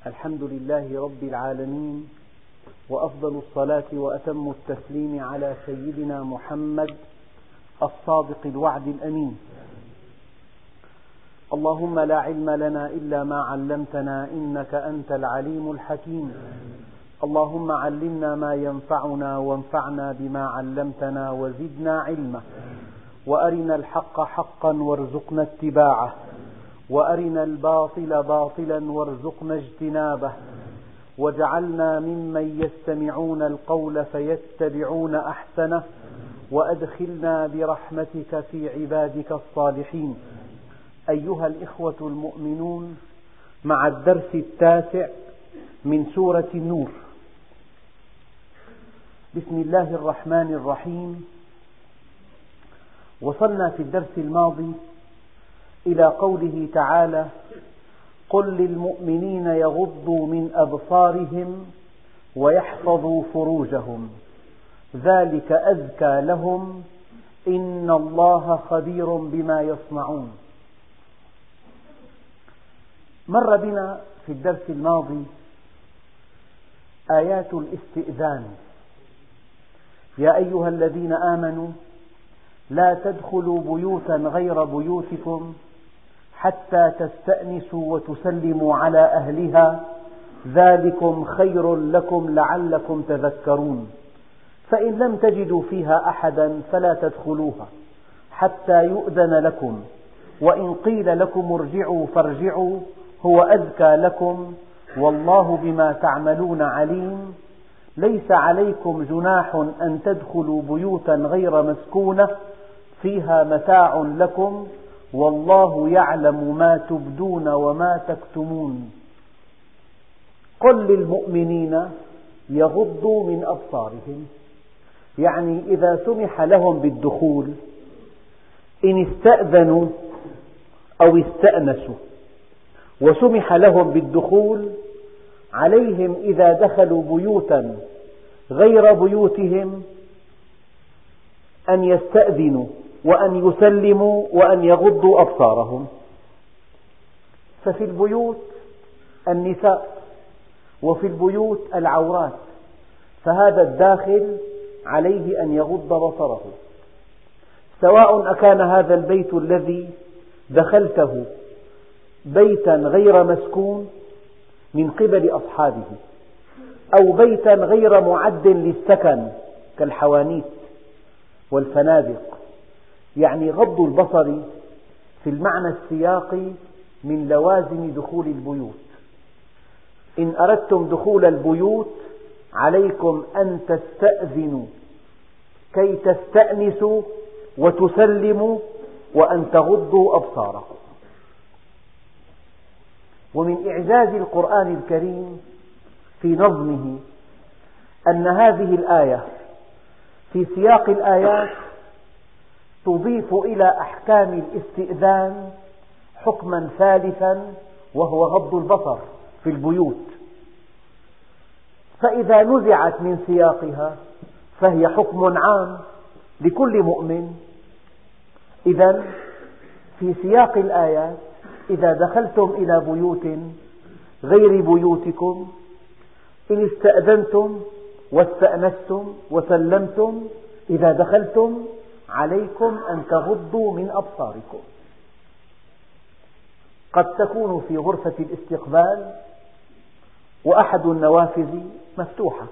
الحمد لله رب العالمين، وأفضل الصلاة وأتم التسليم على سيدنا محمد الصادق الوعد الأمين. اللهم لا علم لنا إلا ما علمتنا إنك أنت العليم الحكيم. اللهم علمنا ما ينفعنا وانفعنا بما علمتنا وزدنا علما، وأرنا الحق حقا وارزقنا اتباعه، وأرنا الباطل باطلا وارزقنا اجتنابه، واجعلنا ممن يستمعون القول فيتبعون أحسنه، وأدخلنا برحمتك في عبادك الصالحين. أيها الإخوة المؤمنون، مع الدرس 9 من سورة النور. بسم الله الرحمن الرحيم. وصلنا في الدرس الماضي إلى قوله تعالى: قل للمؤمنين يغضوا من أبصارهم ويحفظوا فروجهم ذلك أزكى لهم إن الله خبير بما يصنعون. مر بنا في الدرس الماضي آيات الاستئذان: يا أيها الذين آمنوا لا تدخلوا بيوتا غير بيوتكم حتى تستأنسوا وتسلموا على أهلها ذلكم خير لكم لعلكم تذكرون. فإن لم تجدوا فيها أحدا فلا تدخلوها حتى يؤذن لكم، وإن قيل لكم ارجعوا فارجعوا هو أزكى لكم والله بما تعملون عليم. ليس عليكم جناح أن تدخلوا بيوتا غير مسكونة فيها متاع لكم والله يعلم ما تبدون وما تكتمون. قل للمؤمنين يغضوا من أبصارهم، يعني إذا سمح لهم بالدخول، إن استأذنوا أو استأنسوا وسمح لهم بالدخول، عليهم إذا دخلوا بيوتا غير بيوتهم أن يستأذنوا وأن يسلموا وأن يغضوا أبصارهم. ففي البيوت النساء وفي البيوت العورات، فهذا الداخل عليه أن يغض بصره، سواء أكان هذا البيت الذي دخلته بيتا غير مسكون من قبل أصحابه، أو بيتا غير معد للسكن كالحوانيت والفنادق. يعني غض البصر في المعنى السياقي من لوازم دخول البيوت. إن أردتم دخول البيوت عليكم أن تستأذنوا كي تستأنسوا وتسلموا وأن تغضوا أبصاركم. ومن إعجاز القرآن الكريم في نظمه أن هذه الآية في سياق الآيات تضيف إلى أحكام الاستئذان حكما ثالثا، وهو غض البصر في البيوت. فإذا نزعت من سياقها فهي حكم عام لكل مؤمن. إذن في سياق الآيات إذا دخلتم إلى بيوت غير بيوتكم، إن استأذنتم واستأنستم وسلمتم، إذا دخلتم عليكم أن تغضوا من أبصاركم. قد تكون في غرفة الاستقبال وأحد النوافذ مفتوحة،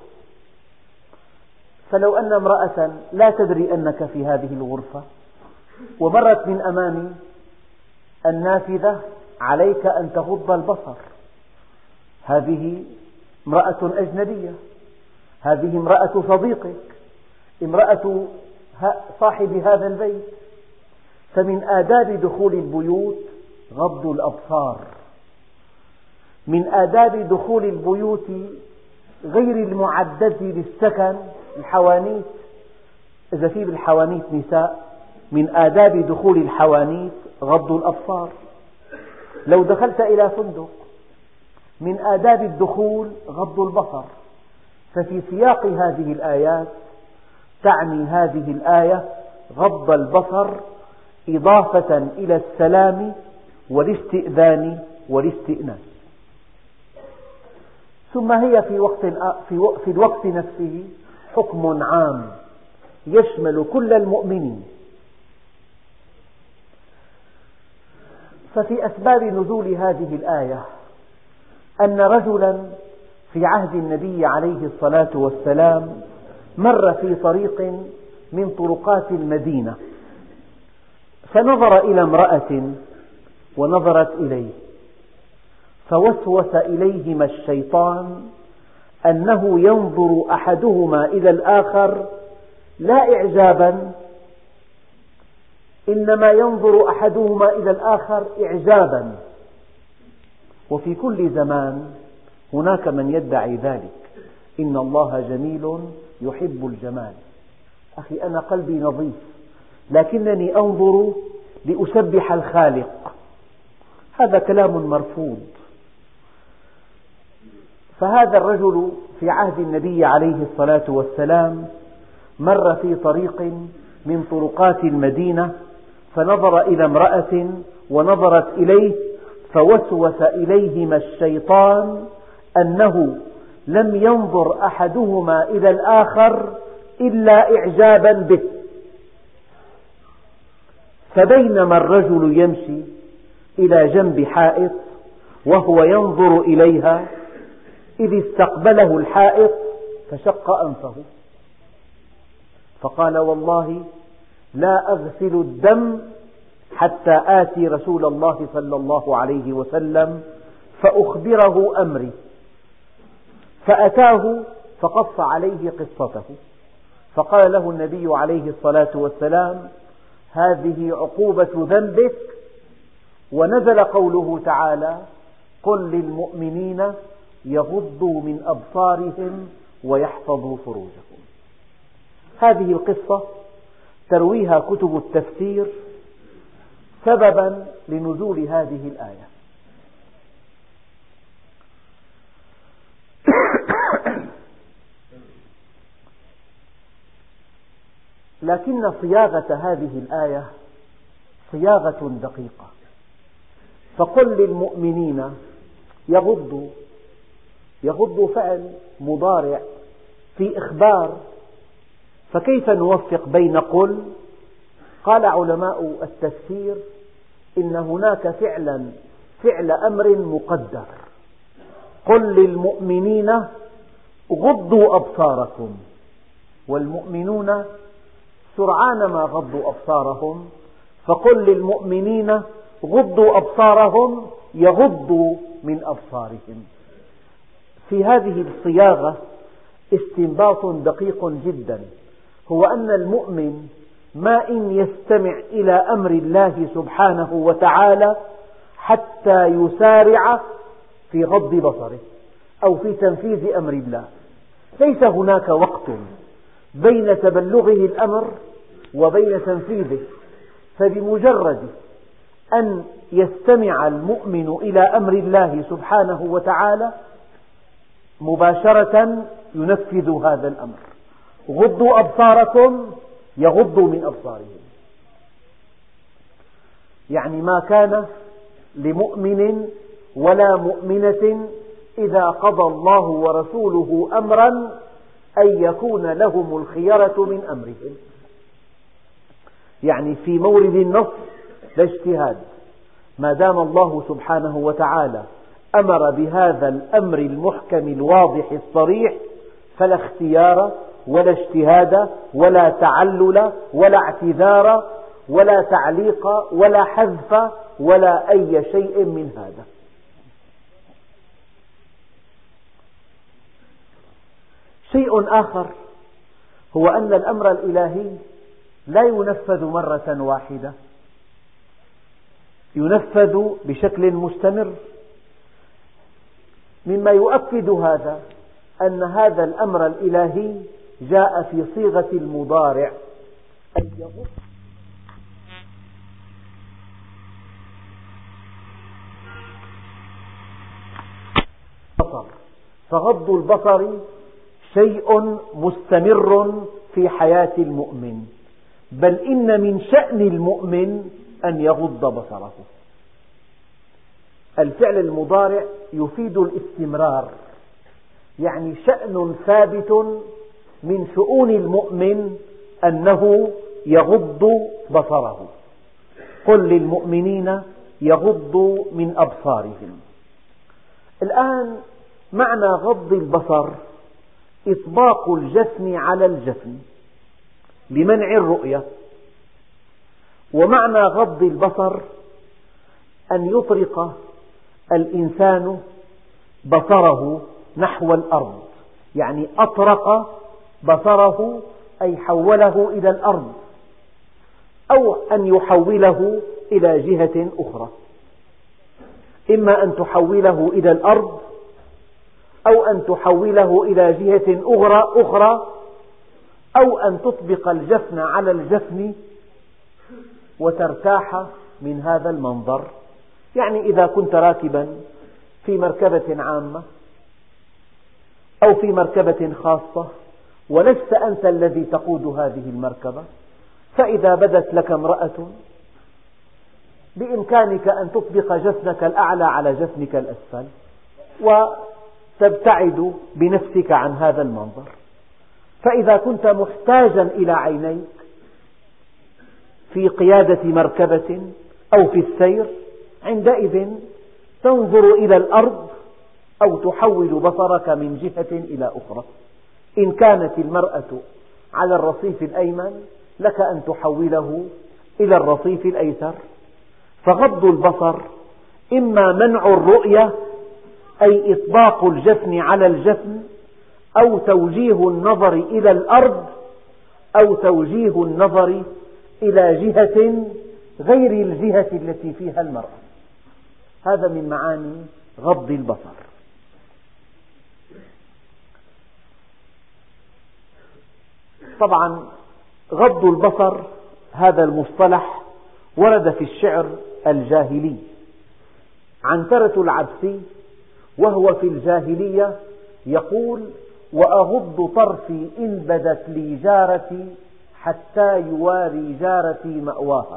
فلو أن امرأة لا تدري أنك في هذه الغرفة ومرت من أمام النافذة، عليك أن تغض البصر. هذه امرأة أجنبية، هذه امرأة صديقك، امرأة صاحب هذا البيت. فمن آداب دخول البيوت غض الأبصار. من آداب دخول البيوت غير المعدة للسكن الحوانيت، إذا في بالحوانيت نساء، من آداب دخول الحوانيت غض الأبصار. لو دخلت إلى فندق من آداب الدخول غض البصر. ففي سياق هذه الآيات تعني هذه الآية غض البصر إضافة إلى السلام والاستئذان والاستئناس. ثم هي في الوقت نفسه حكم عام يشمل كل المؤمنين. ففي أسباب نزول هذه الآية أن رجلا في عهد النبي عليه الصلاة والسلام مر في طريق من طرقات المدينة، فنظر إلى امرأة ونظرت إليه، فوسوس إليهما الشيطان أنه ينظر أحدهما إلى الآخر لا إعجابا، إنما ينظر أحدهما إلى الآخر إعجابا. وفي كل زمان هناك من يدعي ذلك، إن الله جميل يحب الجمال. أخي أنا قلبي نظيف، لكنني أنظر لأسبح الخالق، هذا كلام مرفوض. فهذا الرجل في عهد النبي عليه الصلاة والسلام مر في طريق من طرقات المدينة، فنظر إلى امرأة ونظرت إليه، فوسوس إليهما الشيطان أنه لم ينظر أحدهما إلى الآخر إلا إعجابا به. فبينما الرجل يمشي إلى جنب حائط وهو ينظر إليها، إذ استقبله الحائط فشق أنفه، فقال والله لا أغسل الدم حتى آتي رسول الله صلى الله عليه وسلم فأخبره أمري. فأتاه فقص عليه قصته، فقال له النبي عليه الصلاة والسلام هذه عقوبة ذنبك. ونزل قوله تعالى قل للمؤمنين يغضوا من أبصارهم ويحفظوا فروجهم. هذه القصة ترويها كتب التفسير سببا لنزول هذه الآية. لكن صياغة هذه الآية صياغة دقيقة. فقل للمؤمنين يغضوا فعل مضارع في إخبار، فكيف نوفق بين قل؟ قال علماء التفسير إن هناك فعل أمر مقدر، قل للمؤمنين غضوا أبصاركم، والمؤمنون سرعان ما غضوا أبصارهم، فقل للمؤمنين غضوا أبصارهم يغضوا من أبصارهم. في هذه الصياغة استنباط دقيق جدا، هو أن المؤمن ما إن يستمع إلى أمر الله سبحانه وتعالى حتى يسارع في غض بصره أو في تنفيذ أمر الله. ليس هناك وقت بين تبلغه الأمر وبين تنفيذه، فبمجرد أن يستمع المؤمن إلى أمر الله سبحانه وتعالى مباشرة ينفذ هذا الأمر. غضوا أبصاركم يغضوا من أبصارهم، يعني ما كان لمؤمن ولا مؤمنة إذا قضى الله ورسوله أمرا أن يكون لهم الخيرة من أمرهم، يعني في مورد النص لا اجتهاد، ما دام الله سبحانه وتعالى أمر بهذا الأمر المحكم الواضح الصريح فلا اختيار ولا اجتهاد ولا تعلل ولا اعتذار ولا تعليق ولا حذف ولا أي شيء من هذا. شيء آخر هو أن الأمر الإلهي لا ينفذ مرة واحدة، ينفذ بشكل مستمر. مما يؤكد هذا أن هذا الأمر الإلهي جاء في صيغة المضارع، أي يغض البصر، فغض البصر شيء مستمر في حياة المؤمن، بل إن من شأن المؤمن أن يغض بصره. الفعل المضارع يفيد الاستمرار، يعني شأن ثابت من شؤون المؤمن أنه يغض بصره. قل للمؤمنين يغضوا من أبصارهم. الآن معنى غض البصر إطباق الجفن على الجفن لمنع الرؤية، ومعنى غض البصر أن يطرق الإنسان بصره نحو الأرض، يعني أطرق بصره أي حوله إلى الأرض، أو أن يحوله إلى جهة أخرى، إما أن تحوله إلى الأرض أو أن تحوله إلى جهة أخرى، أو أن تطبق الجفن على الجفن وترتاح من هذا المنظر. يعني إذا كنت راكبا في مركبة عامة أو في مركبة خاصة ولست أنت الذي تقود هذه المركبة، فإذا بدت لك امرأة بإمكانك أن تطبق جفنك الأعلى على جفنك الأسفل وتبتعد بنفسك عن هذا المنظر. فإذا كنت محتاجا إلى عينيك في قيادة مركبة أو في السير، عندئذ تنظر إلى الأرض أو تحول بصرك من جهة إلى أخرى. إن كانت المرأة على الرصيف الأيمن لك أن تحوله إلى الرصيف الأيسر. فغض البصر إما منع الرؤية أي إطباق الجفن على الجفن، أو توجيه النظر إلى الأرض، أو توجيه النظر إلى جهة غير الجهة التي فيها المرأة. هذا من معاني غض البصر. طبعا غض البصر هذا المصطلح ورد في الشعر الجاهلي. عنترة العبسي وهو في الجاهلية يقول: وأغض طرفي إن بدت لي جارتي حتى يواري جارتي مأواها.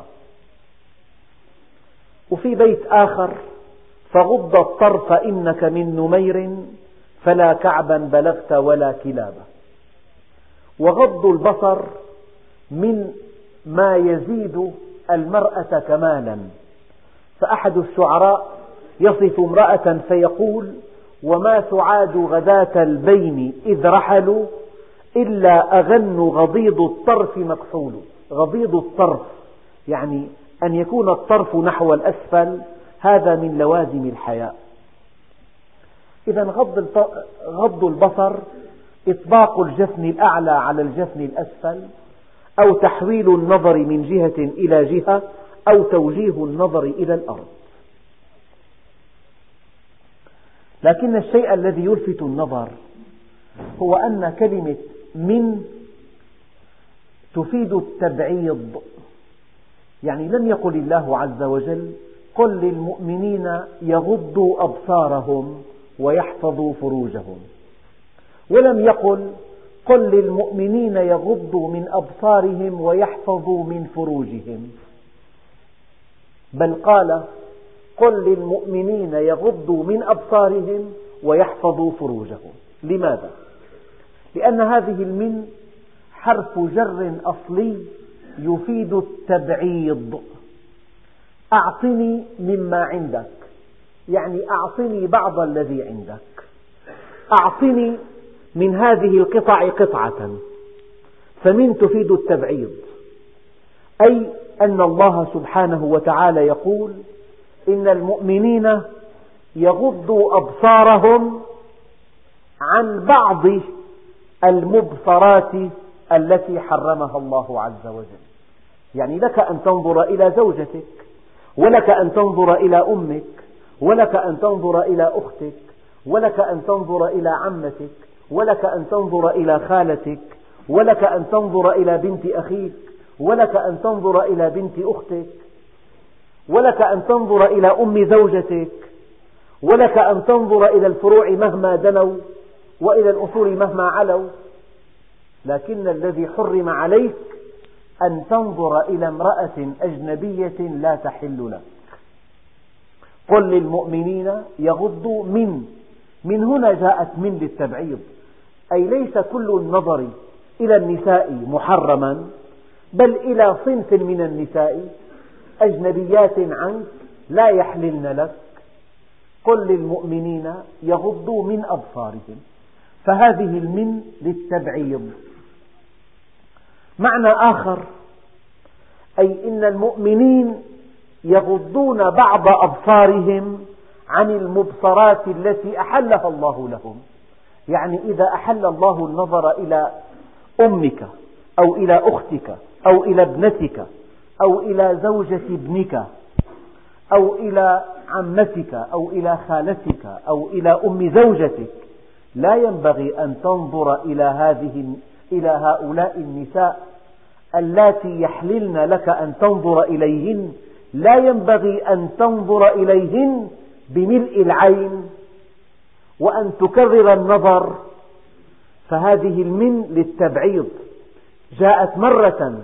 وفي بيت آخر: فغض الطرف إنك من نمير فلا كعبا بلغت ولا كلابا. وغض البصر من ما يزيد المرأة كمالا. فأحد الشعراء يصف امرأة فيقول: وما سعاد غداة البين إذ رحلوا إلا أغن غضيض الطرف مكحول. غضيض الطرف يعني أن يكون الطرف نحو الأسفل، هذا من لوازم الحياء. إذا غض البصر إطباق الجفن الأعلى على الجفن الأسفل، أو تحويل النظر من جهة إلى جهة، أو توجيه النظر إلى الأرض. لكن الشيء الذي يلفت النظر هو أن كلمة من تفيد التبعيض. يعني لم يقل الله عز وجل: قل للمؤمنين يغضوا أبصارهم ويحفظوا فروجهم، ولم يقل: قل للمؤمنين يغضوا من أبصارهم ويحفظوا من فروجهم، بل قال: قل للمؤمنين يغضوا من أبصارهم ويحفظوا فروجهم. لماذا؟ لأن هذه المن حرف جر أصلي يفيد التبعيض. أعطني مما عندك، يعني أعطني بعض الذي عندك، أعطني من هذه القطع قطعة. فمن تفيد التبعيض، أي أن الله سبحانه وتعالى يقول: إن المؤمنين يغضوا أبصارهم عن بعض المبصرات التي حرمها الله عز وجل. يعني لك أن تنظر إلى زوجتك، ولك أن تنظر إلى أمك، ولك أن تنظر إلى أختك، ولك أن تنظر إلى عمتك، ولك أن تنظر إلى خالتك، ولك أن تنظر إلى بنت أخيك، ولك أن تنظر إلى بنت أختك، ولك أن تنظر إلى أم زوجتك، ولك أن تنظر إلى الفروع مهما دنوا وإلى الأصول مهما علوا. لكن الذي حرم عليك أن تنظر إلى امرأة أجنبية لا تحل لك. قل للمؤمنين يغضوا من هنا جاءت من للتبعيض، أي ليس كل النظر إلى النساء محرما، بل إلى صنف من النساء أجنبيات عنك لا يحللن لك. قل للمؤمنين يغضوا من أبصارهم، فهذه المن للتبعيض. معنى آخر، أي إن المؤمنين يغضون بعض أبصارهم عن المبصرات التي أحلها الله لهم. يعني إذا أحل الله النظر إلى أمك أو إلى أختك أو إلى ابنتك أو إلى زوجة ابنك أو إلى عمتك أو إلى خالتك أو إلى أم زوجتك، لا ينبغي أن تنظر إلى هؤلاء النساء اللاتي يحللن لك أن تنظر إليهن، لا ينبغي أن تنظر إليهن بملء العين وأن تكرر النظر، فهذه المن للتبعيض. جاءت مرة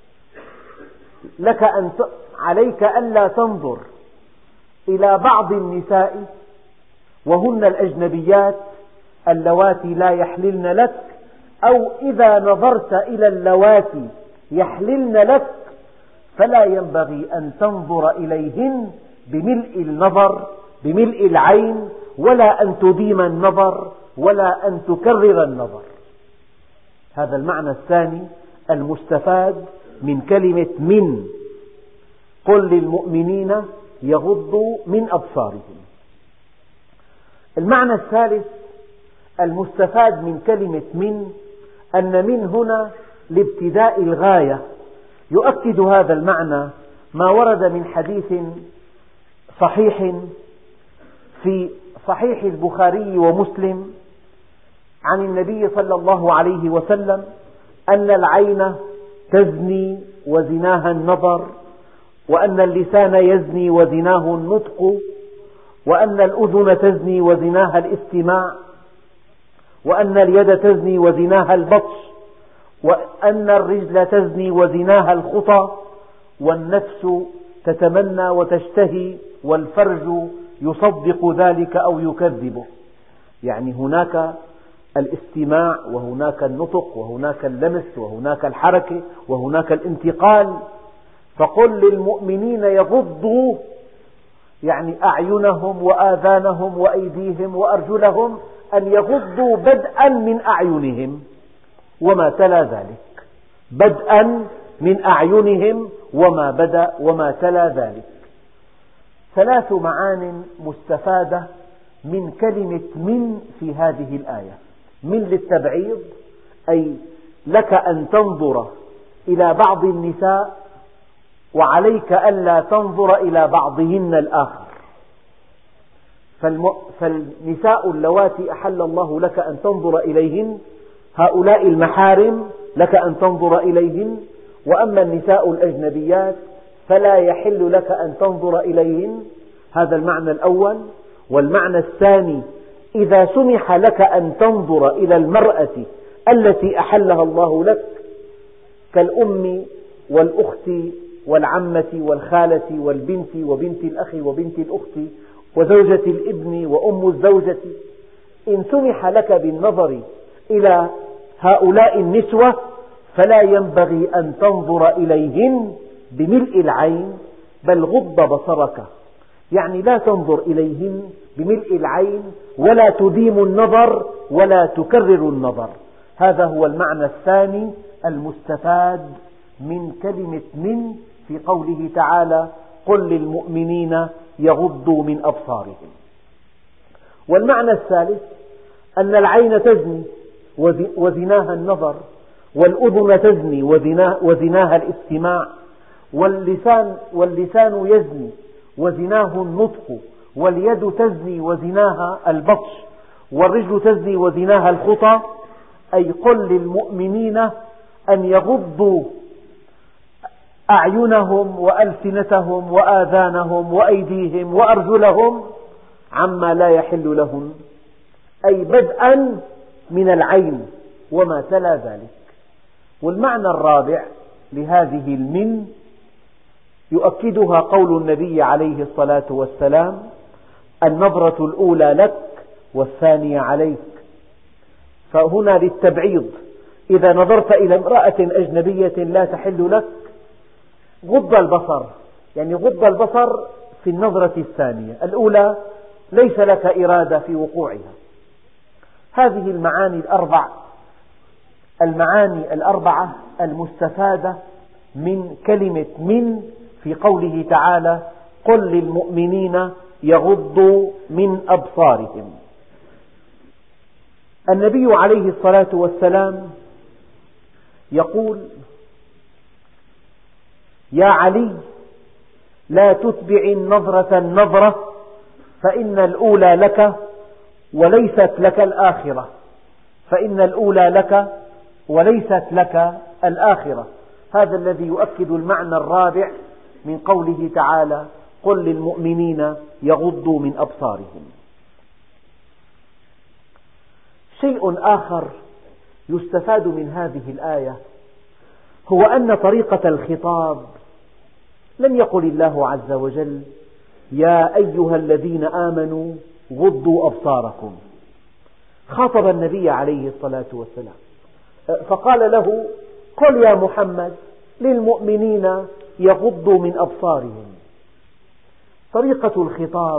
عليك ألا تنظر إلى بعض النساء وهن الأجنبيات اللواتي لا يحللن لك، أو إذا نظرت إلى اللواتي يحللن لك فلا ينبغي أن تنظر إليهن بملء النظر بملء العين، ولا أن تديم النظر ولا أن تكرر النظر. هذا المعنى الثاني المستفاد من كلمة من. قل للمؤمنين يغضوا من أبصارهم. المعنى الثالث المستفاد من كلمة أن من هنا لابتداء الغاية. يؤكد هذا المعنى ما ورد من حديث صحيح في صحيح البخاري ومسلم عن النبي صلى الله عليه وسلم أن العين تزني وزناها النظر، وأن اللسان يزني وزناه النطق، وأن الأذن تزني وزناها الاستماع، وأن اليد تزني وزناها البطش، وأن الرجل تزني وزناها الخطى، والنفس تتمنى وتشتهي، والفرج يصدق ذلك أو يكذبه. يعني هناك الاستماع، وهناك النطق، وهناك اللمس، وهناك الحركة، وهناك الانتقال. فقل للمؤمنين يغضوا، يعني أعينهم وآذانهم وأيديهم وأرجلهم أن يغضوا بدءا من أعينهم وما تلا ذلك، بدءا من أعينهم وما تلا ذلك. ثلاث معان مستفادة من كلمة من في هذه الآية. من للتبعيض، أي لك أن تنظر إلى بعض النساء وعليك ألا تنظر إلى بعضهن الآخر. فالنساء اللواتي أحل الله لك أن تنظر إليهن هؤلاء المحارم لك أن تنظر إليهن، وأما النساء الأجنبيات فلا يحل لك أن تنظر إليهن. هذا المعنى الأول. والمعنى الثاني، إذا سمح لك أن تنظر إلى المرأة التي أحلها الله لك كالأم والأخت والعمة والخالة والبنت وبنت الأخ وبنت الأخت وزوجة الابن وأم الزوجة، إن سمح لك بالنظر إلى هؤلاء النسوة فلا ينبغي أن تنظر إليهن بملء العين، بل غض بصرك. يعني لا تنظر إليهن بملء العين، ولا تديم النظر ولا تكرر النظر. هذا هو المعنى الثاني المستفاد من كلمة من في قوله تعالى قل للمؤمنين يغضوا من أبصارهم. والمعنى الثالث أن العين تزني وزناها النظر، والأذن تزني وزناها الاستماع، واللسان يزني وزناه النطق، واليد تزني وزناها البطش، والرجل تزني وزناها الخطى. أي قل للمؤمنين أن يغضوا أعينهم وألسنتهم وآذانهم وأيديهم وأرجلهم عما لا يحل لهم، أي بدءا من العين وما تلا ذلك. والمعنى الرابع لهذه المن يؤكدها قول النبي عليه الصلاة والسلام النظرة الأولى لك والثانية عليك. فهنا للتبعيض، إذا نظرت إلى امرأة أجنبية لا تحل لك غض البصر، يعني غض البصر في النظرة الثانية، الأولى ليس لك إرادة في وقوعها. هذه المعاني الأربعة المستفادة من كلمة من في قوله تعالى: قل للمؤمنين يغضوا من أبصارهم. النبي عليه الصلاة والسلام يقول: يا علي، لا تتبع النظرة النظرة، فإن الأولى لك وليست لك الآخرة، فإن الأولى لك وليست لك الآخرة. هذا الذي يؤكد المعنى الرابع من قوله تعالى: قل للمؤمنين يغضوا من أبصارهم. شيء آخر يستفاد من هذه الآية هو أن طريقة الخطاب لم يقل الله عز وجل: يا أيها الذين آمنوا غضوا أبصاركم. خاطب النبي عليه الصلاة والسلام فقال له: قل يا محمد للمؤمنين يغضوا من أبصارهم. طريقة الخطاب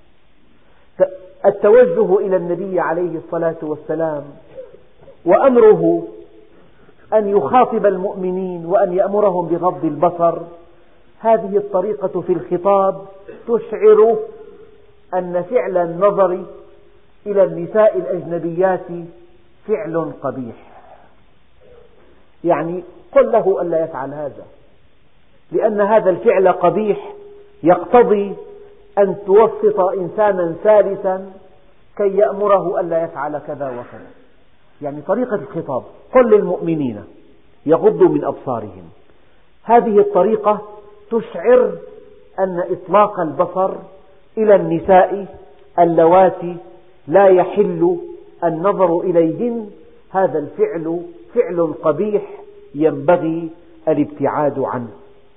التوجه إلى النبي عليه الصلاة والسلام وأمره أن يخاطب المؤمنين وأن يأمرهم بغض البصر. هذه الطريقة في الخطاب تشعر أن فعل النظر إلى النساء الأجنبيات فعل قبيح، يعني قل له ألا يفعل هذا، لأن هذا الفعل قبيح يقتضي أن توسط إنسانا ثالثا كي يأمره ألا يفعل كذا وكذا. يعني طريقة الخطاب: قل للمؤمنين يغضوا من أبصارهم. هذه الطريقة تشعر أن إطلاق البصر إلى النساء اللواتي لا يحل النظر إليهن هذا الفعل فعل قبيح ينبغي الابتعاد عنه.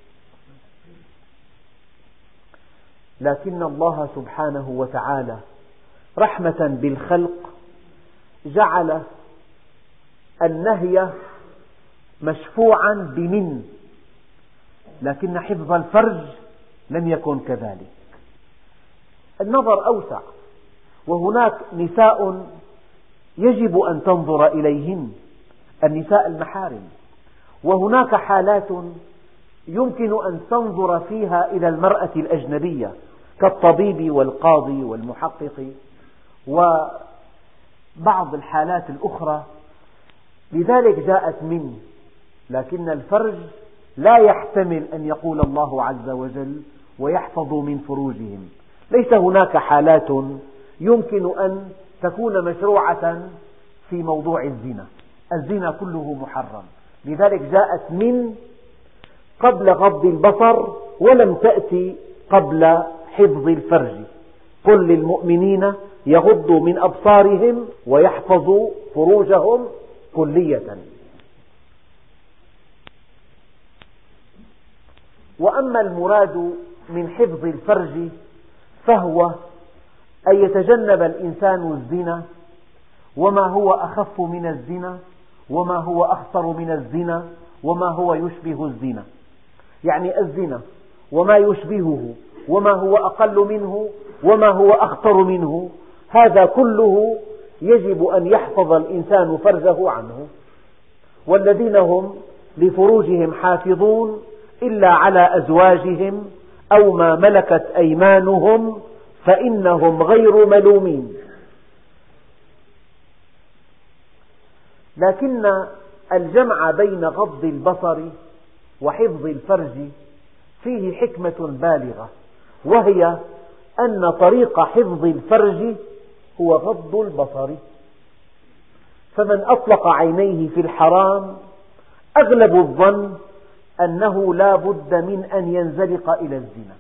لكن الله سبحانه وتعالى رحمة بالخلق جعل النهي مشفوعا بمن، لكن حفظ الفرج لم يكن كذلك. النظر أوسع، وهناك نساء يجب أن تنظر إليهن، النساء المحارم، وهناك حالات يمكن أن تنظر فيها إلى المرأة الأجنبية كالطبيب والقاضي والمحقق وبعض الحالات الأخرى. لذلك جاءت من، لكن الفرج لا يحتمل أن يقول الله عز وجل: ويحفظوا من فروجهم. ليس هناك حالات يمكن أن تكون مشروعة في موضوع الزنا، الزنا كله محرم. لذلك جاءت من قبل غض البصر ولم تأتي قبل حفظ الفرج. قل للمؤمنين يغضوا من أبصارهم ويحفظوا فروجهم كلية. وأما المراد من حفظ الفرج فهو أن يتجنب الإنسان الزنا وما هو أخف من الزنا وما هو أخطر من الزنا وما هو يشبه الزنا. يعني الزنا وما يشبهه وما هو أقل منه وما هو أخطر منه، هذا كله يجب أن يحفظ الإنسان فرجه عنه. والذين هم لفروجهم حافظون إلا على أزواجهم أو ما ملكت أيمانهم فإنهم غير ملومين. لكن الجمع بين غض البصر وحفظ الفرج فيه حكمة بالغة، وهي أن طريق حفظ الفرج هو غض البصر. فمن أطلق عينيه في الحرام أغلب الظن أنه لا بد من أن ينزلق إلى الزنا.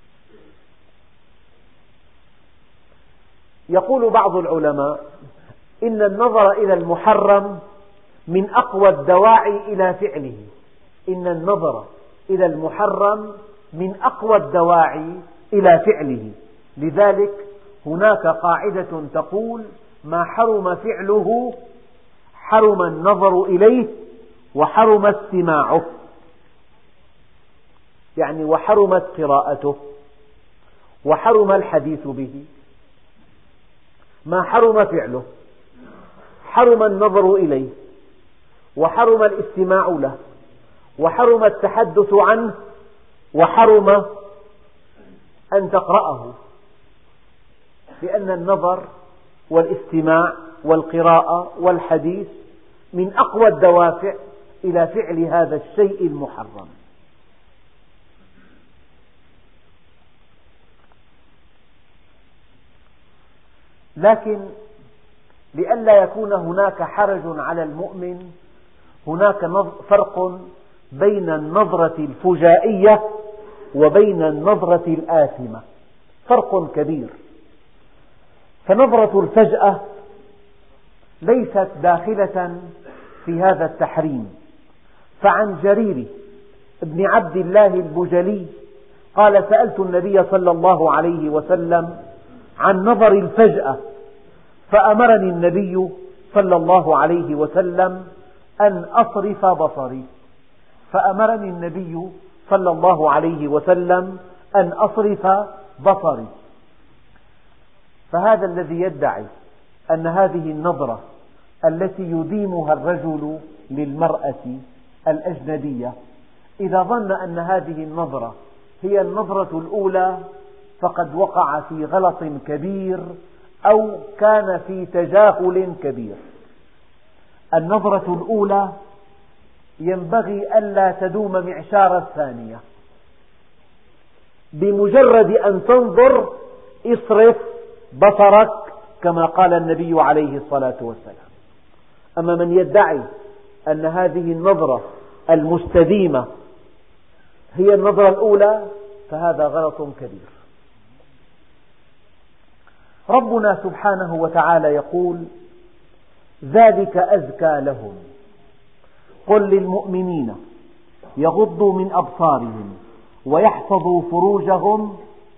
يقول بعض العلماء إن النظر إلى المحرم من أقوى الدواعي إلى فعله. إن النظر إلى المحرم من أقوى الدواعي إلى فعله. لذلك هناك قاعدة تقول: ما حرم فعله حرم النظر إليه وحرم استماعه، يعني وحرمت قراءته وحرم الحديث به. ما حرم فعله حرم النظر إليه وحرم الاستماع له وحرم التحدث عنه وحرم أن تقرأه، لأن النظر والاستماع والقراءة والحديث من أقوى الدوافع إلى فعل هذا الشيء المحرم. لكن لئلا يكون هناك حرج على المؤمن، هناك فرق بين النظرة الفجائية وبين النظرة الآثمة، فرق كبير. فنظرة الفجأة ليست داخلة في هذا التحريم. فعن جرير بن عبد الله البجلي قال: سألت النبي صلى الله عليه وسلم عن نظر الفجأة، فأمرني النبي صلى الله عليه وسلم أن أصرف بصري. فأمرني النبي صلى الله عليه وسلم أن أصرف بصري. فهذا الذي يدعي أن هذه النظرة التي يديمها الرجل للمرأة الأجنبية، إذا ظن أن هذه النظرة هي النظرة الأولى فقد وقع في غلط كبير أو كان في تجاهل كبير. النظرة الأولى ينبغي ألا تدوم معشار الثانية. بمجرد أن تنظر اصرف بصرك كما قال النبي عليه الصلاة والسلام. أما من يدعي أن هذه النظرة المستديمة هي النظرة الأولى فهذا غلط كبير. ربنا سبحانه وتعالى يقول: ذلك أزكى لهم قل للمؤمنين يغضوا من أبصارهم ويحفظوا فروجهم.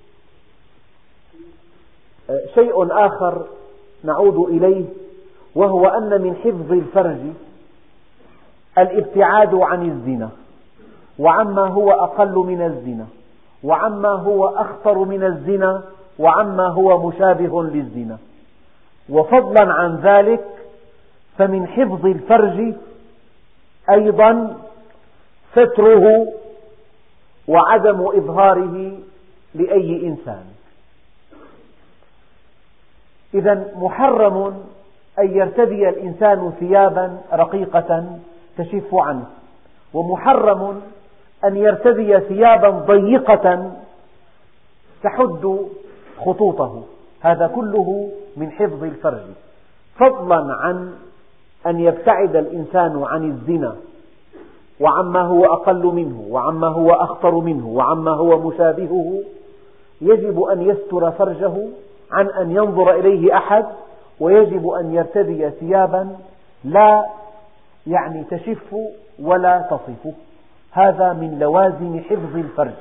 شيء آخر نعود إليه، وهو أن من حفظ الفرج الابتعاد عن الزنا وعما هو أقل من الزنا وعما هو أخطر من الزنا وعما هو مشابه للزنا. وفضلا عن ذلك فمن حفظ الفرج أيضا ستره وعدم إظهاره لأي إنسان. إذا محرم أن يرتدي الإنسان ثيابا رقيقة تشف عنه، ومحرم أن يرتدي ثيابا ضيقة تحد خطوطه. هذا كله من حفظ الفرج، فضلا عن أن يبتعد الإنسان عن الزنا وعما هو أقل منه وعما هو أخطر منه وعما هو مشابهه. يجب أن يستر فرجه عن أن ينظر إليه أحد، ويجب أن يرتدي ثيابا لا تشف ولا تصف. هذا من لوازم حفظ الفرج.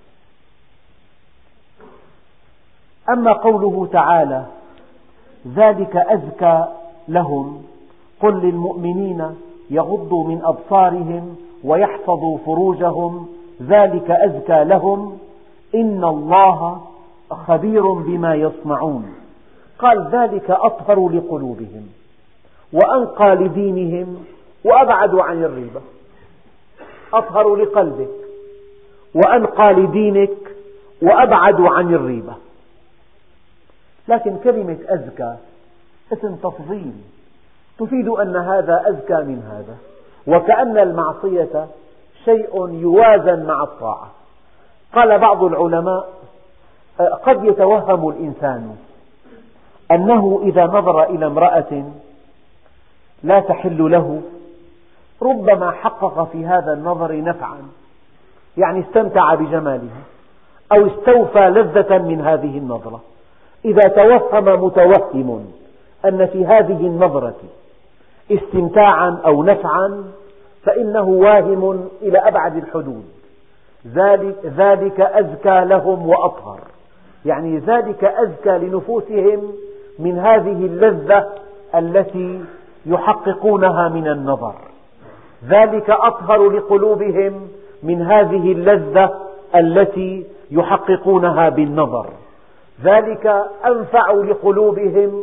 أما قوله تعالى: ذلك أزكى لهم قل للمؤمنين يغضوا من أبصارهم ويحفظوا فروجهم ذلك أزكى لهم إن الله خبير بما يصنعون. قال: ذلك أطهر لقلوبهم وأنقى لدينهم وأبعد عن الريبة. أطهر لقلبك وأنقى لدينك وأبعد عن الريبة. لكن كلمة أزكى اسم تفضيل تفيد أن هذا أزكى من هذا، وكأن المعصية شيء يوازن مع الطاعة. قال بعض العلماء: قد يتوهم الإنسان أنه إذا نظر إلى امرأة لا تحل له ربما حقق في هذا النظر نفعا، يعني استمتع بجمالها أو استوفى لذة من هذه النظرة. إذا توهم متوهم أن في هذه النظرة استمتاعا أو نفعا فإنه واهم إلى أبعد الحدود. ذلك أزكى لهم وأطهر. يعني ذلك أزكى لنفوسهم من هذه اللذة التي يحققونها من النظر، ذلك أطهر لقلوبهم من هذه اللذة التي يحققونها بالنظر، ذلك أنفع لقلوبهم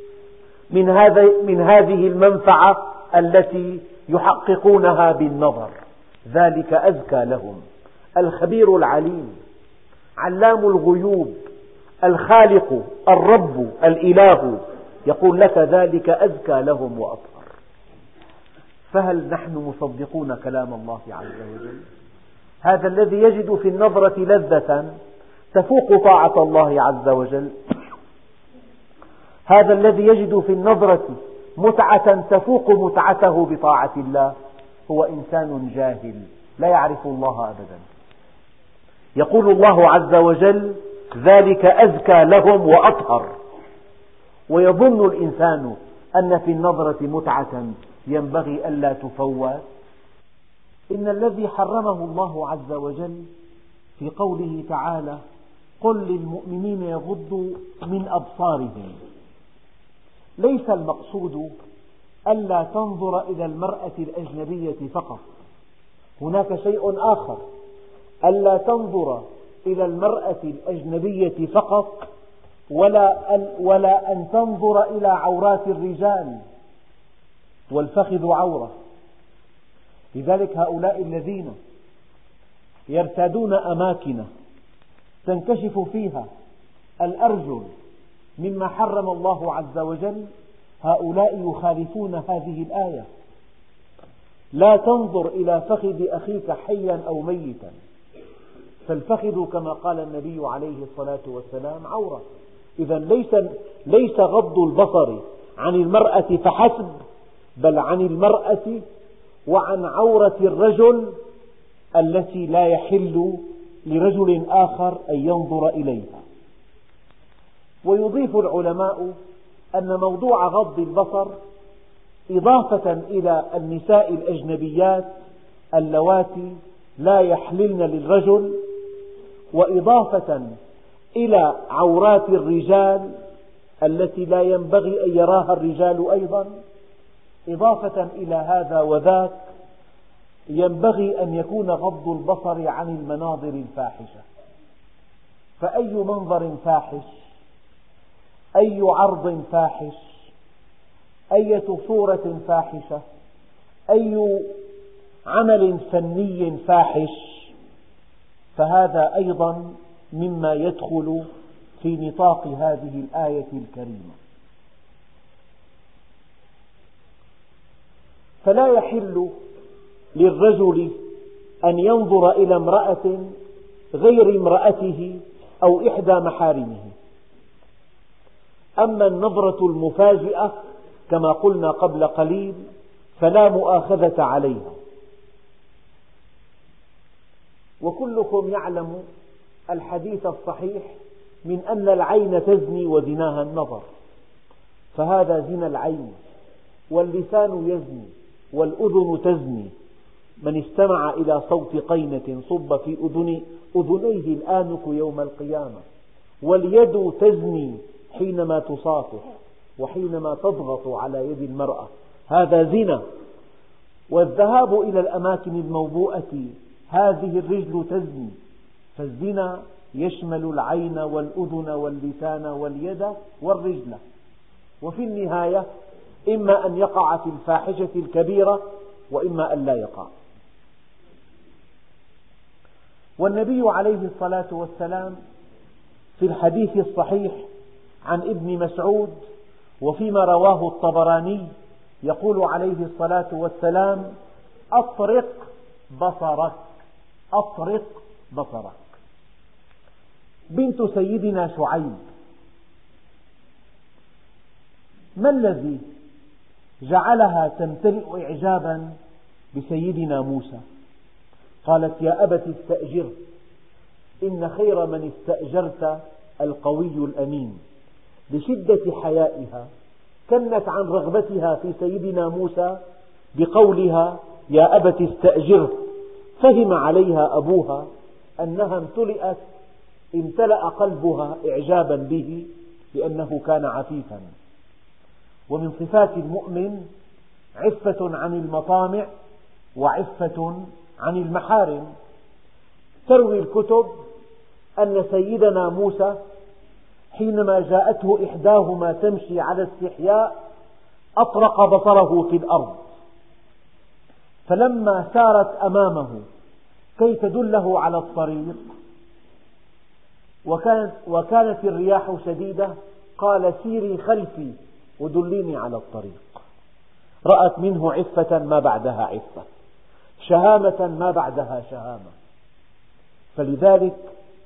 من هذه المنفعة التي يحققونها بالنظر، ذلك أزكى لهم. الخبير العليم، علام الغيوب، الخالق، الرب، الإله، يقول لك ذلك أزكى لهم وأطهر. فهل نحن مصدقون كلام الله عز وجل؟ هذا الذي يجد في النظرة لذة تفوق طاعة الله عز وجل، هذا الذي يجد في النظرة متعة تفوق متعته بطاعة الله هو إنسان جاهل لا يعرف الله أبدا. يقول الله عز وجل ذلك أزكى لهم وأطهر، ويظن الإنسان أن في النظرة متعة ينبغي ألا تفوت. إن الذي حرمه الله عز وجل في قوله تعالى قل للمؤمنين يغضوا من أبصارهم، ليس المقصود ألا تنظر إلى المرأة الأجنبية فقط، هناك شيء آخر، ألا تنظر إلى المرأة الأجنبية فقط ولا أن تنظر إلى عورات الرجال، والفخذ عورة. لذلك هؤلاء الذين يرتادون أماكن تنكشف فيها الأرجل مما حرم الله عز وجل، هؤلاء يخالفون هذه الآية. لا تنظر إلى فخذ أخيك حيا أو ميتا، فالفخذ كما قال النبي عليه الصلاة والسلام عورة. إذا ليس غض البصر عن المرأة فحسب، بل عن المرأة وعن عورة الرجل التي لا يحل لرجل آخر أن ينظر إليها. ويضيف العلماء أن موضوع غض البصر إضافة إلى النساء الأجنبيات اللواتي لا يحللن للرجل، وإضافة إلى عورات الرجال التي لا ينبغي أن يراها الرجال أيضا، إضافة إلى هذا وذاك ينبغي أن يكون غض البصر عن المناظر الفاحشة. فأي منظر فاحش، أي عرض فاحش، أية صورة فاحشة، أي عمل فني فاحش، فهذا أيضا مما يدخل في نطاق هذه الآية الكريمة. فلا يحل للرجل أن ينظر إلى امرأة غير امرأته أو إحدى محارمه. أما النظرة المفاجئة كما قلنا قبل قليل فلا مؤاخذة عليها. وكلكم يعلم الحديث الصحيح من أن العين تزني وزناها النظر، فهذا زنا العين، واللسان يزني والأذن تزني. من استمع إلى صوت قينة صب في أذنيه الآنك يوم القيامة. واليد تزني حينما تصافح وحينما تضغط على يد المرأة، هذا زنا. والذهاب إلى الأماكن الموبوءة، هذه الرجل تزني. فالزنا يشمل العين والأذن واللسان واليد والرجل. وفي النهاية إما أن يقع في الفاحشة الكبيرة وإما أن لا يقع. والنبي عليه الصلاة والسلام في الحديث الصحيح عن ابن مسعود وفيما رواه الطبراني يقول عليه الصلاة والسلام أطرق بصرك، أطرق بصرك. بنت سيدنا شعيب، ما الذي جعلها تمتلئ إعجابا بسيدنا موسى؟ قالت يا أبت استأجره إن خير من استأجرت القوي الأمين. لشدة حيائها كنت عن رغبتها في سيدنا موسى بقولها يا أبت استأجره. فهم عليها أبوها أنها امتلئت امتلأ قلبها إعجابا به لأنه كان عفيفا. ومن صفات المؤمن عفة عن المطامع وعفة عن المحارم. تروي الكتب أن سيدنا موسى حينما جاءته إحداهما تمشي على استحياء أطرق بصره في الأرض، فلما سارت أمامه كي تدله على الطريق وكانت الرياح شديدة قال سيري خلفي ودليني على الطريق. رأت منه عفة ما بعدها عفة، شهامة ما بعدها شهامة. فلذلك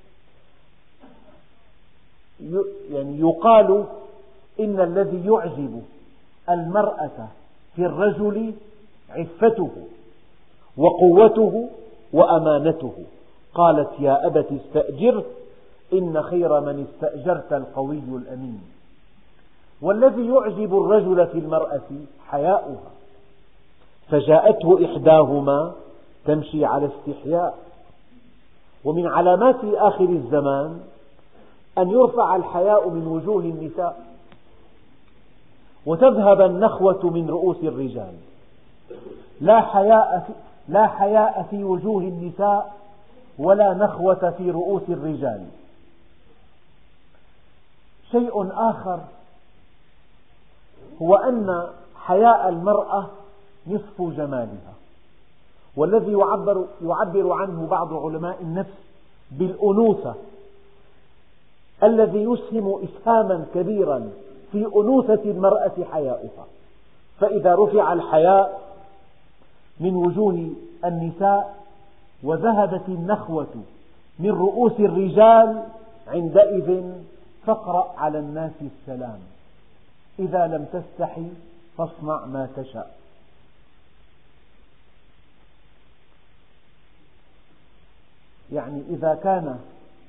يقال إن الذي يعجب المرأة في الرجل عفته وقوته وأمانته. قالت يا أبت استأجره إن خير من استأجرت القوي الأمين. والذي يعجب الرجل في المرأة حياؤها، فجاءته إحداهما تمشي على استحياء. ومن علامات آخر الزمان أن يرفع الحياء من وجوه النساء وتذهب النخوة من رؤوس الرجال. لا حياء في وجوه النساء ولا نخوة في رؤوس الرجال. شيء آخر هو أن حياء المرأة نصف جمالها، والذي يعبر عنه بعض علماء النفس بالأنوثة، الذي يسهم إسهاما كبيرا في أنوثة المرأة حياؤها. فإذا رفع الحياء من وجوه النساء وذهبت النخوة من رؤوس الرجال عندئذ فاقرأ على الناس السلام، إذا لم تستحي فاصنع ما تشاء. يعني إذا كان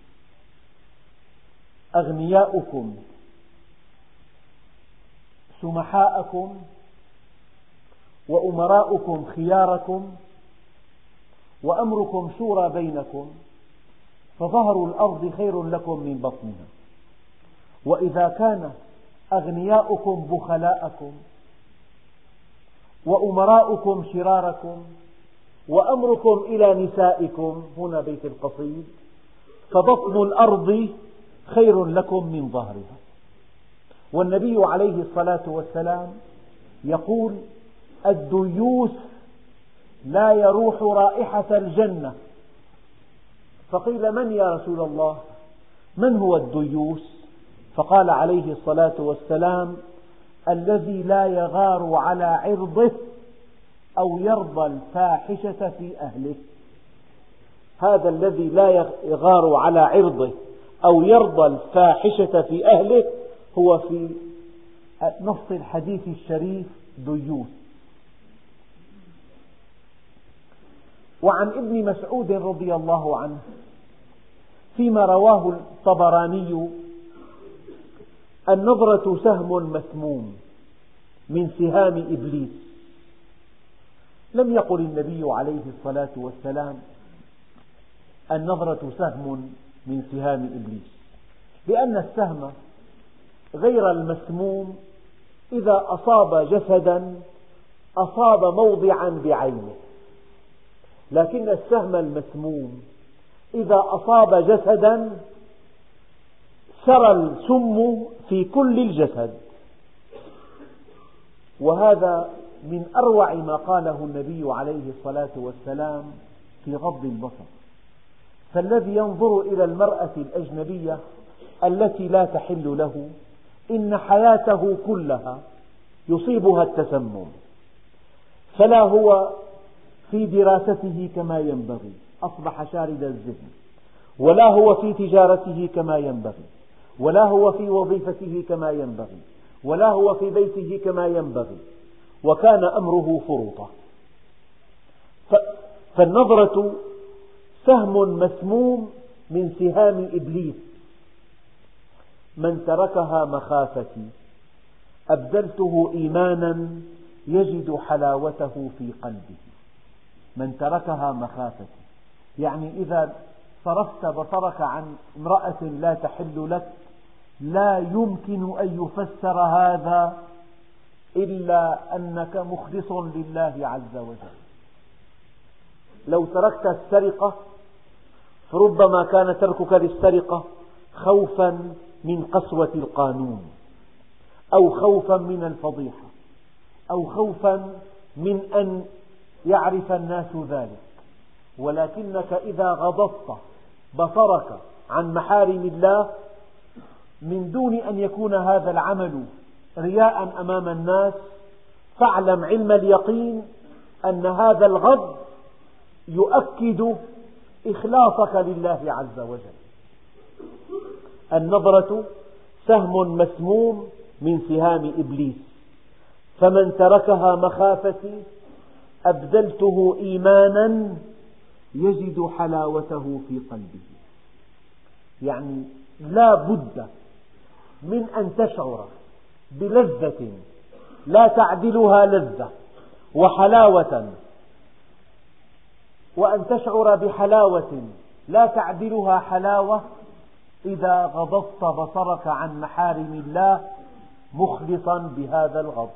أغنياؤكم سمحاءكم وأمراؤكم خياركم وأمركم شورى بينكم فظهر الأرض خير لكم من بطنها. وإذا كان أغنياؤكم بخلاءكم وأمراؤكم شراركم وأمركم إلى نسائكم، هنا بيت القصيد، فبطن الأرض خير لكم من ظهرها. والنبي عليه الصلاة والسلام يقول الديوث لا يروح رائحة الجنة. فقيل من يا رسول الله؟ من هو الديوث؟ فقال عليه الصلاة والسلام الذي لا يغار على عرضه أو يرضى الفاحشة في أهله. هذا الذي لا يغار على عرضه أو يرضى الفاحشة في أهله هو في نص الحديث الشريف ديوث. وعن ابن مسعود رضي الله عنه فيما رواه الطبراني النظرة سهم مسموم من سهام إبليس. لم يقل النبي عليه الصلاة والسلام النظرة سهم من سهام إبليس، لأن السهم غير المسموم إذا أصاب جسدا أصاب موضعا بعينه، لكن السهم المسموم إذا أصاب جسدا سرى السم في كل الجسد. وهذا من أروع ما قاله النبي عليه الصلاة والسلام في غض البصر. فالذي ينظر إلى المرأة الأجنبية التي لا تحل له إن حياته كلها يصيبها التسمم، فلا هو في دراسته كما ينبغي، أصبح شارد الذهن، ولا هو في تجارته كما ينبغي، ولا هو في وظيفته كما ينبغي، ولا هو في بيته كما ينبغي، وكان أمره فرطا. فالنظرة سهم مسموم من سهام إبليس. من تركها مخافتي أبدلته إيمانا يجد حلاوته في قلبه. من تركها مخافتي، يعني إذا صرفت بصرك عن امرأة لا تحل لك، لا يمكن أن يفسر هذا إلا أنك مخلص لله عز وجل. لو تركت السرقة فربما كان تركك للسرقة خوفا من قسوة القانون، أو خوفا من الفضيحة، أو خوفا من أن يعرف الناس ذلك، ولكنك إذا غضضت بصرك عن محارم الله من دون أن يكون هذا العمل رياء أمام الناس، فاعلم علم اليقين أن هذا الغض يؤكد إخلاصك لله عز وجل. النظرة سهم مسموم من سهام إبليس، فمن تركها مخافتي أبدلته إيمانا يجد حلاوته في قلبه. يعني لا بد من أن تشعر بلذة لا تعدلها لذة، وحلاوة، وأن تشعر بحلاوة لا تعدلها حلاوة إذا غضضت بصرك عن محارم الله مخلصا بهذا الغض.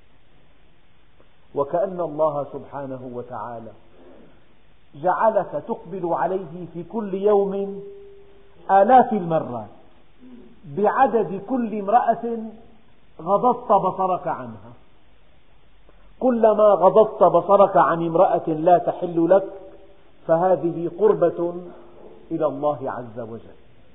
وكأن الله سبحانه وتعالى جعلك تقبل عليه في كل يوم آلاف المرات بعدد كل امرأة غضضت بصرك عنها. كلما غضضت بصرك عن امرأة لا تحل لك فهذه قربة إلى الله عز وجل.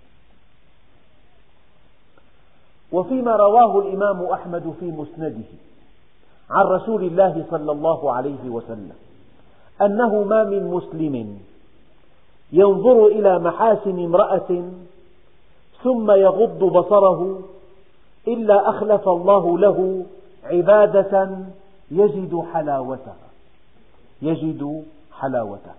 وفيما رواه الإمام أحمد في مسنده عن رسول الله صلى الله عليه وسلم أنه ما من مسلم ينظر إلى محاسن امرأة ثم يغض بصره إلا أخلف الله له عبادة يجد حلاوتها.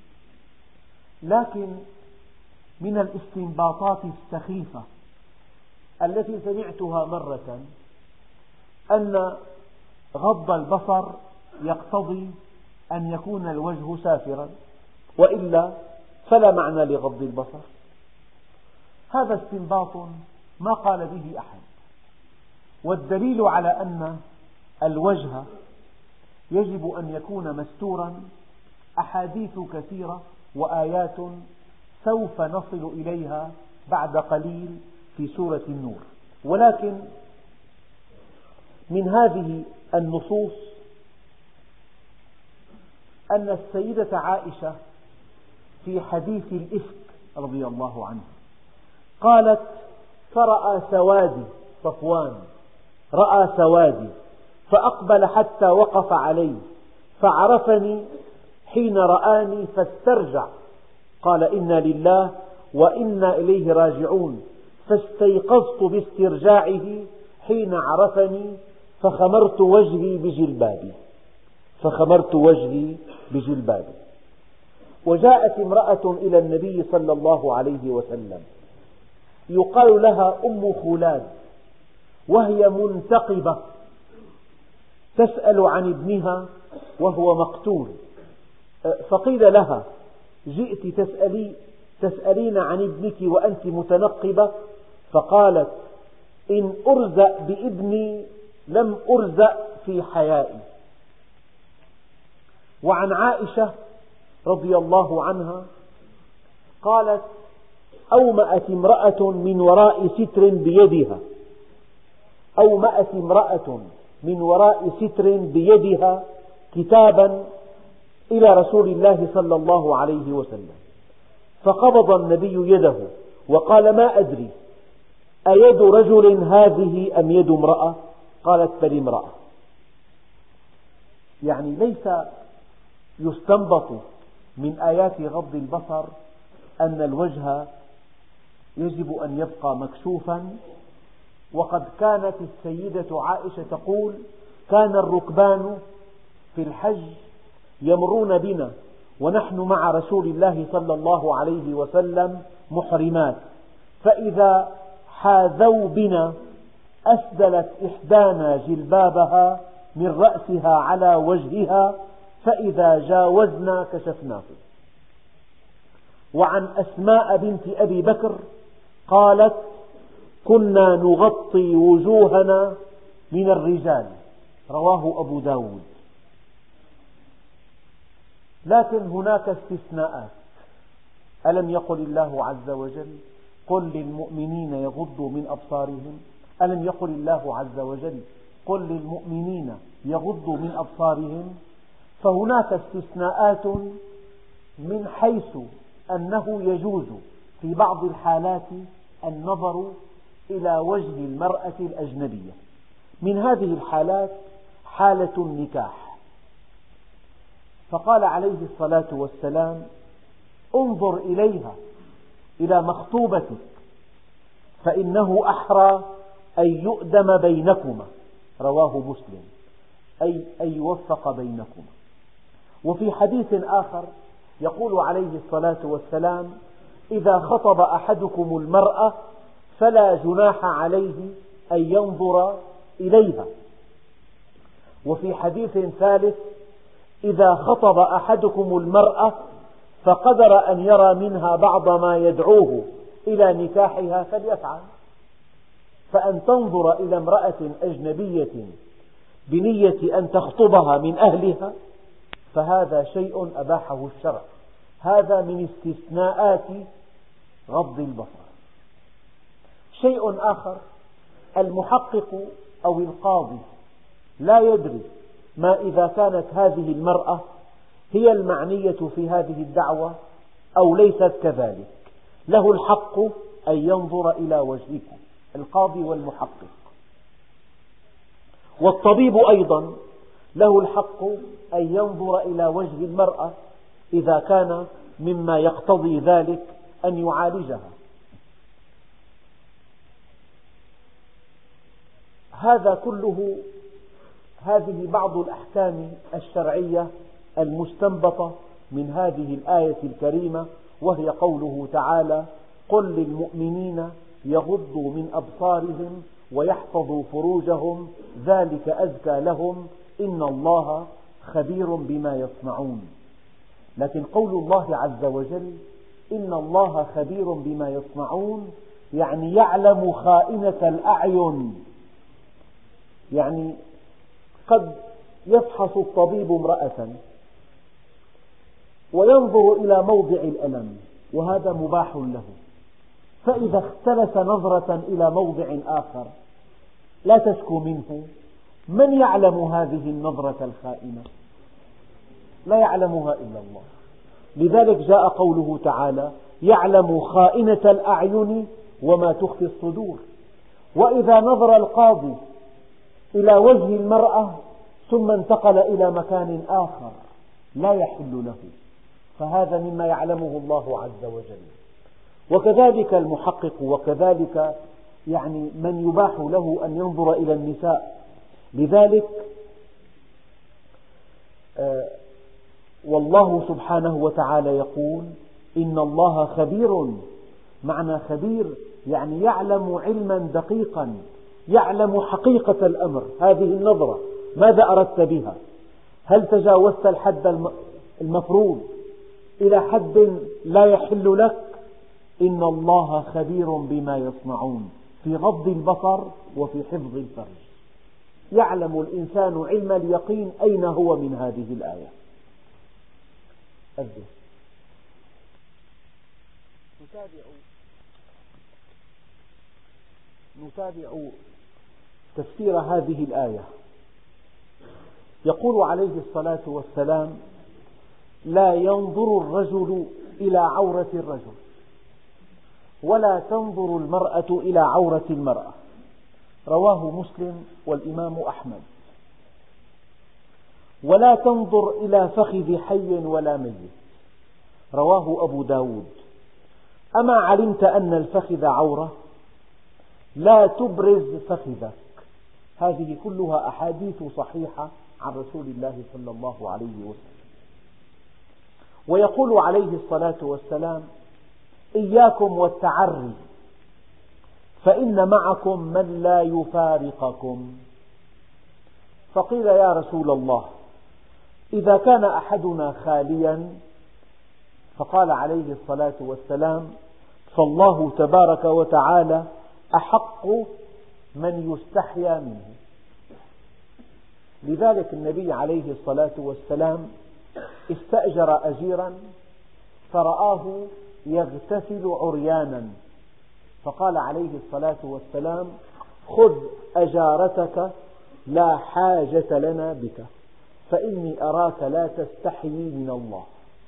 لكن من الاستنباطات السخيفة التي سمعتها مرة أن غض البصر يقتضي أن يكون الوجه سافرا، وإلا فلا معنى لغض البصر. هذا استنباط ما قال به أحد، والدليل على أن الوجه يجب أن يكون مستورا أحاديث كثيرة وآيات سوف نصل إليها بعد قليل في سورة النور. ولكن من هذه النصوص أن السيدة عائشة في حديث الإفك رضي الله عنها قالت: فرأى سوادي، صفوان رأى سوادي فأقبل حتى وقف علي فعرفني حين رآني فاسترجع، قال: إنا لله وإنا إليه راجعون، فاستيقظت باسترجاعه حين عرفني فخمرت وجهي بجلبابي. وجاءت امرأة إلى النبي صلى الله عليه وسلم يقال لها أم خلاد، وهي منتقبة تسأل عن ابنها وهو مقتول، فقيل لها: جئت تسألين عن ابنك وأنت متنقبة؟ فقالت: إن أرزأ بابني لم أرزأ في حيائي. وعن عائشة رضي الله عنها قالت: أومأت امرأة من وراء ستر بيدها كتابا إلى رسول الله صلى الله عليه وسلم، فقبض النبي يده وقال: ما أدري أيد رجل هذه أم يد امرأة؟ قالت: بل امرأة. يعني ليس يستنبط من آيات غض البصر أن الوجه يجب أن يبقى مكشوفا. وقد كانت السيدة عائشة تقول: كان الركبان في الحج يمرون بنا ونحن مع رسول الله صلى الله عليه وسلم محرمات، فإذا حاذوا بنا أسدلت إحدانا جلبابها من رأسها على وجهها، فإذا جاوزنا كشفناه. وعن أسماء بنت أبي بكر قالت: كنا نغطي وجوهنا من الرجال، رواه أبو داود. لكن هناك استثناءات. ألم يقل الله عز وجل: قل للمؤمنين يغضوا من أبصارهم؟ ألم يقل الله عز وجل: قل للمؤمنين يغضوا من أبصارهم؟ فهناك استثناءات من حيث أنه يجوز في بعض الحالات النظر إلى وجه المرأة الأجنبية. من هذه الحالات حالة النكاح، فقال عليه الصلاة والسلام: انظر إليها، إلى مخطوبتك، فإنه أحرى أن يؤدم بينكما، رواه مسلم، أي أن يوفق بينكما. وفي حديث آخر يقول عليه الصلاة والسلام: إذا خطب أحدكم المرأة فلا جناح عليه أن ينظر إليها. وفي حديث ثالث: إذا خطب أحدكم المرأة فقدر أن يرى منها بعض ما يدعوه إلى نكاحها فليفعل. فأن تنظر إلى امرأة أجنبية بنية أن تخطبها من أهلها فهذا شيء أباحه الشرع، هذا من استثناءات غض البصر. شيء آخر: المحقق أو القاضي لا يدري ما إذا كانت هذه المرأة هي المعنية في هذه الدعوة أو ليست كذلك، له الحق أن ينظر إلى وجهك، القاضي والمحقق. والطبيب أيضا له الحق أن ينظر إلى وجه المرأة إذا كان مما يقتضي ذلك أن يعالجها. هذا كله، هذه بعض الأحكام الشرعية المستنبطة من هذه الآية الكريمة، وهي قوله تعالى: قل للمؤمنين يغضوا من أبصارهم ويحفظوا فروجهم ذلك أزكى لهم إن الله خبير بما يصنعون. لكن قول الله عز وجل إن الله خبير بما يصنعون يعني يعلم خائنة الأعين. يعني قد يفحص الطبيب امرأة وينظر إلى موضع الألم وهذا مباح له، فإذا اختلس نظرة إلى موضع آخر لا تشكو منه، من يعلم هذه النظرة الخائنة؟ لا يعلمها إلا الله. لذلك جاء قوله تعالى: يعلم خائنة الأعين وما تخفي الصدور. وإذا نظر القاضي إلى وجه المرأة ثم انتقل إلى مكان آخر لا يحل له، فهذا مما يعلمه الله عز وجل. وكذلك المحقق، وكذلك يعني من يباح له أن ينظر إلى النساء. لذلك والله سبحانه وتعالى يقول: إن الله خبير. معنى خبير يعني يعلم علما دقيقا، يعلم حقيقة الأمر. هذه النظرة ماذا أردت بها؟ هل تجاوزت الحد المفروض إلى حد لا يحل لك؟ إن الله خبير بما يصنعون، في غض البصر وفي حفظ الفرج. يعلم الإنسان علم اليقين أين هو من هذه الآية. نتابع تفسير هذه الآية. يقول عليه الصلاة والسلام: لا ينظر الرجل إلى عورة الرجل، ولا تنظر المرأة إلى عورة المرأة، رواه مسلم والإمام أحمد. ولا تنظر إلى فخذ حي ولا ميت، رواه أبو داود. أما علمت أن الفخذ عورة؟ لا تبرز فخذك. هذه كلها أحاديث صحيحة عن رسول الله صلى الله عليه وسلم. ويقول عليه الصلاة والسلام: إياكم والتعري فإن معكم من لا يفارقكم. فقيل: يا رسول الله، إذا كان أحدنا خاليا فقال عليه الصلاة والسلام: فالله تبارك وتعالى أحق من يستحيا منه. لذلك النبي عليه الصلاة والسلام استأجر أجيرا فرآه يغتسل عريانا، فقال عليه الصلاة والسلام: خذ أجارتك، لا حاجة لنا بك، فإني أراك لا تستحيي من الله.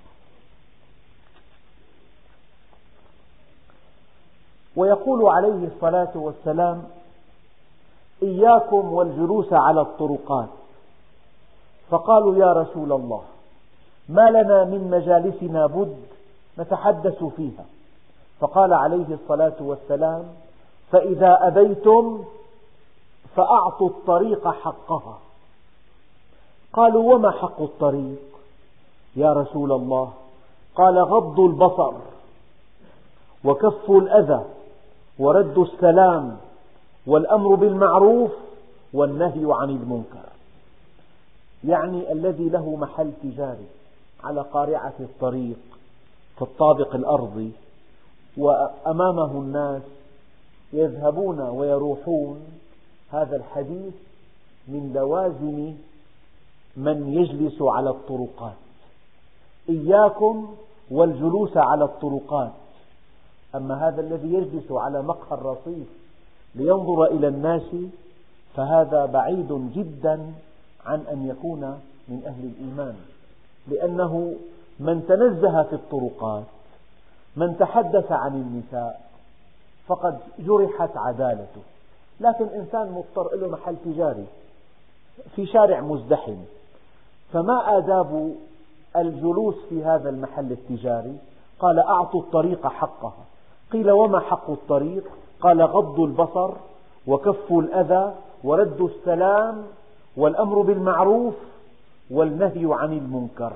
ويقول عليه الصلاة والسلام: إياكم والجلوس على الطرقات. فقالوا: يا رسول الله، ما لنا من مجالسنا بد نتحدث فيها. فقال عليه الصلاة والسلام: فإذا أبيتم فأعطوا الطريق حقها. قالوا: وما حق الطريق يا رسول الله؟ قال: غض البصر، وكف الأذى، ورد السلام، والأمر بالمعروف، والنهي عن المنكر. يعني الذي له محل تجاري على قارعة الطريق في الطابق الأرضي وأمامه الناس يذهبون ويروحون، هذا الحديث من لوازم من يجلس على الطرقات. إياكم والجلوس على الطرقات. أما هذا الذي يجلس على مقهى الرصيف لينظر إلى الناس فهذا بعيد جدا عن أن يكون من أهل الإيمان، لأنه من تنزه في الطرقات، من تحدث عن النساء، فقد جرحت عدالته. لكن إنسان مضطر له محل تجاري في شارع مزدحم، فما آداب الجلوس في هذا المحل التجاري؟ قال: أعطوا الطريق حقها. قيل: وما حق الطريق؟ قال: غض البصر، وكف الأذى، ورد السلام، والأمر بالمعروف، والنهي عن المنكر.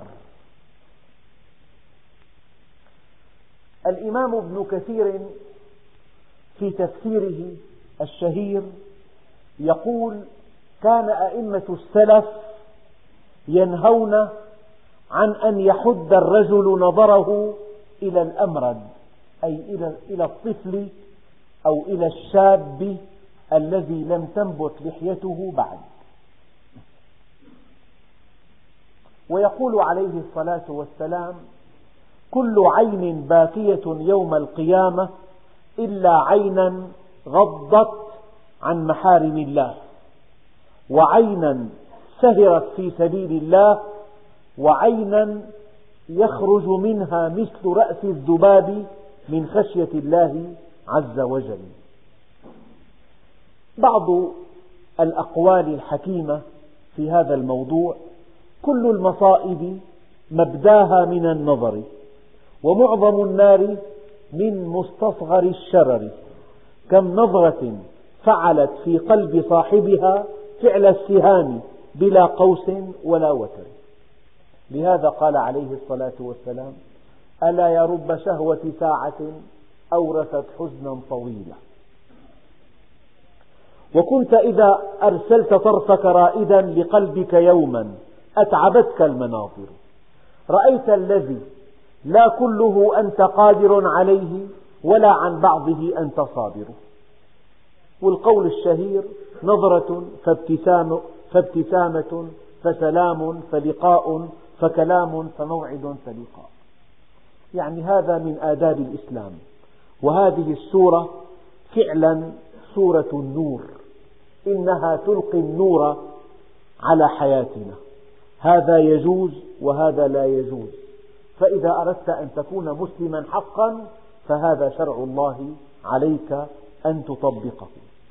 الإمام ابن كثير في تفسيره الشهير يقول: كان أئمة السلف ينهون عن أن يحد الرجل نظره إلى الأمرد، أي إلى الطفل أو إلى الشاب الذي لم تنبت لحيته بعد. ويقول عليه الصلاة والسلام: كل عين باكية يوم القيامة إلا عينا غضت عن محارم الله، وعينا سهرت في سبيل الله، وعينا يخرج منها مثل رأس الذباب من خشية الله عز وجل. بعض الأقوال الحكيمة في هذا الموضوع: كل المصائب مبداها من النظر، ومعظم النار من مستصغر الشرر، كم نظرة فعلت في قلب صاحبها فعل السهام بلا قوس ولا وتر. لهذا قال عليه الصلاة والسلام: ألا يا رب شهوة ساعة أورثت حزنا طويلا. وكنت إذا أرسلت طرفك رائدا لقلبك يوما أتعبتك المناظر، رأيت الذي لا كله أنت قادر عليه ولا عن بعضه أنت صابر. والقول الشهير: نظرة فابتسامة، فسلام، فلقاء، فكلام، فموعد، فلقاء. يعني هذا من آداب الإسلام. وهذه السورة فعلا سورة النور، إنها تلقي النور على حياتنا. هذا يجوز وهذا لا يجوز، فإذا أردت أن تكون مسلما حقا فهذا شرع الله عليك أن تطبقه.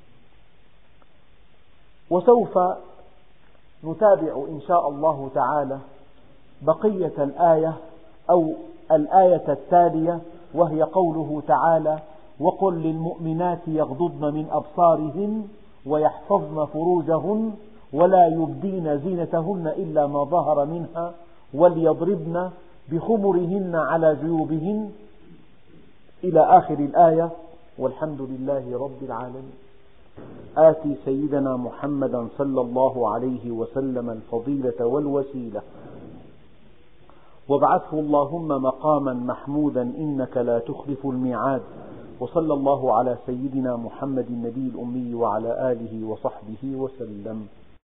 وسوف نتابع إن شاء الله تعالى بقية الآية أو الآية التالية، وهي قوله تعالى: وقل للمؤمنات يغضضن من أبصارهن ويحفظن فروجهن ولا يبدين زينتهن إلا ما ظهر منها وليضربن بخمرهن على جيوبهن، إلى آخر الآية. والحمد لله رب العالمين. آتي سيدنا محمدا صلى الله عليه وسلم الفضيلة والوسيلة وابعثه اللهم مقاما محمودا إنك لا تخلف الميعاد. وصلى الله على سيدنا محمد النبي الأمي وعلى آله وصحبه وسلم.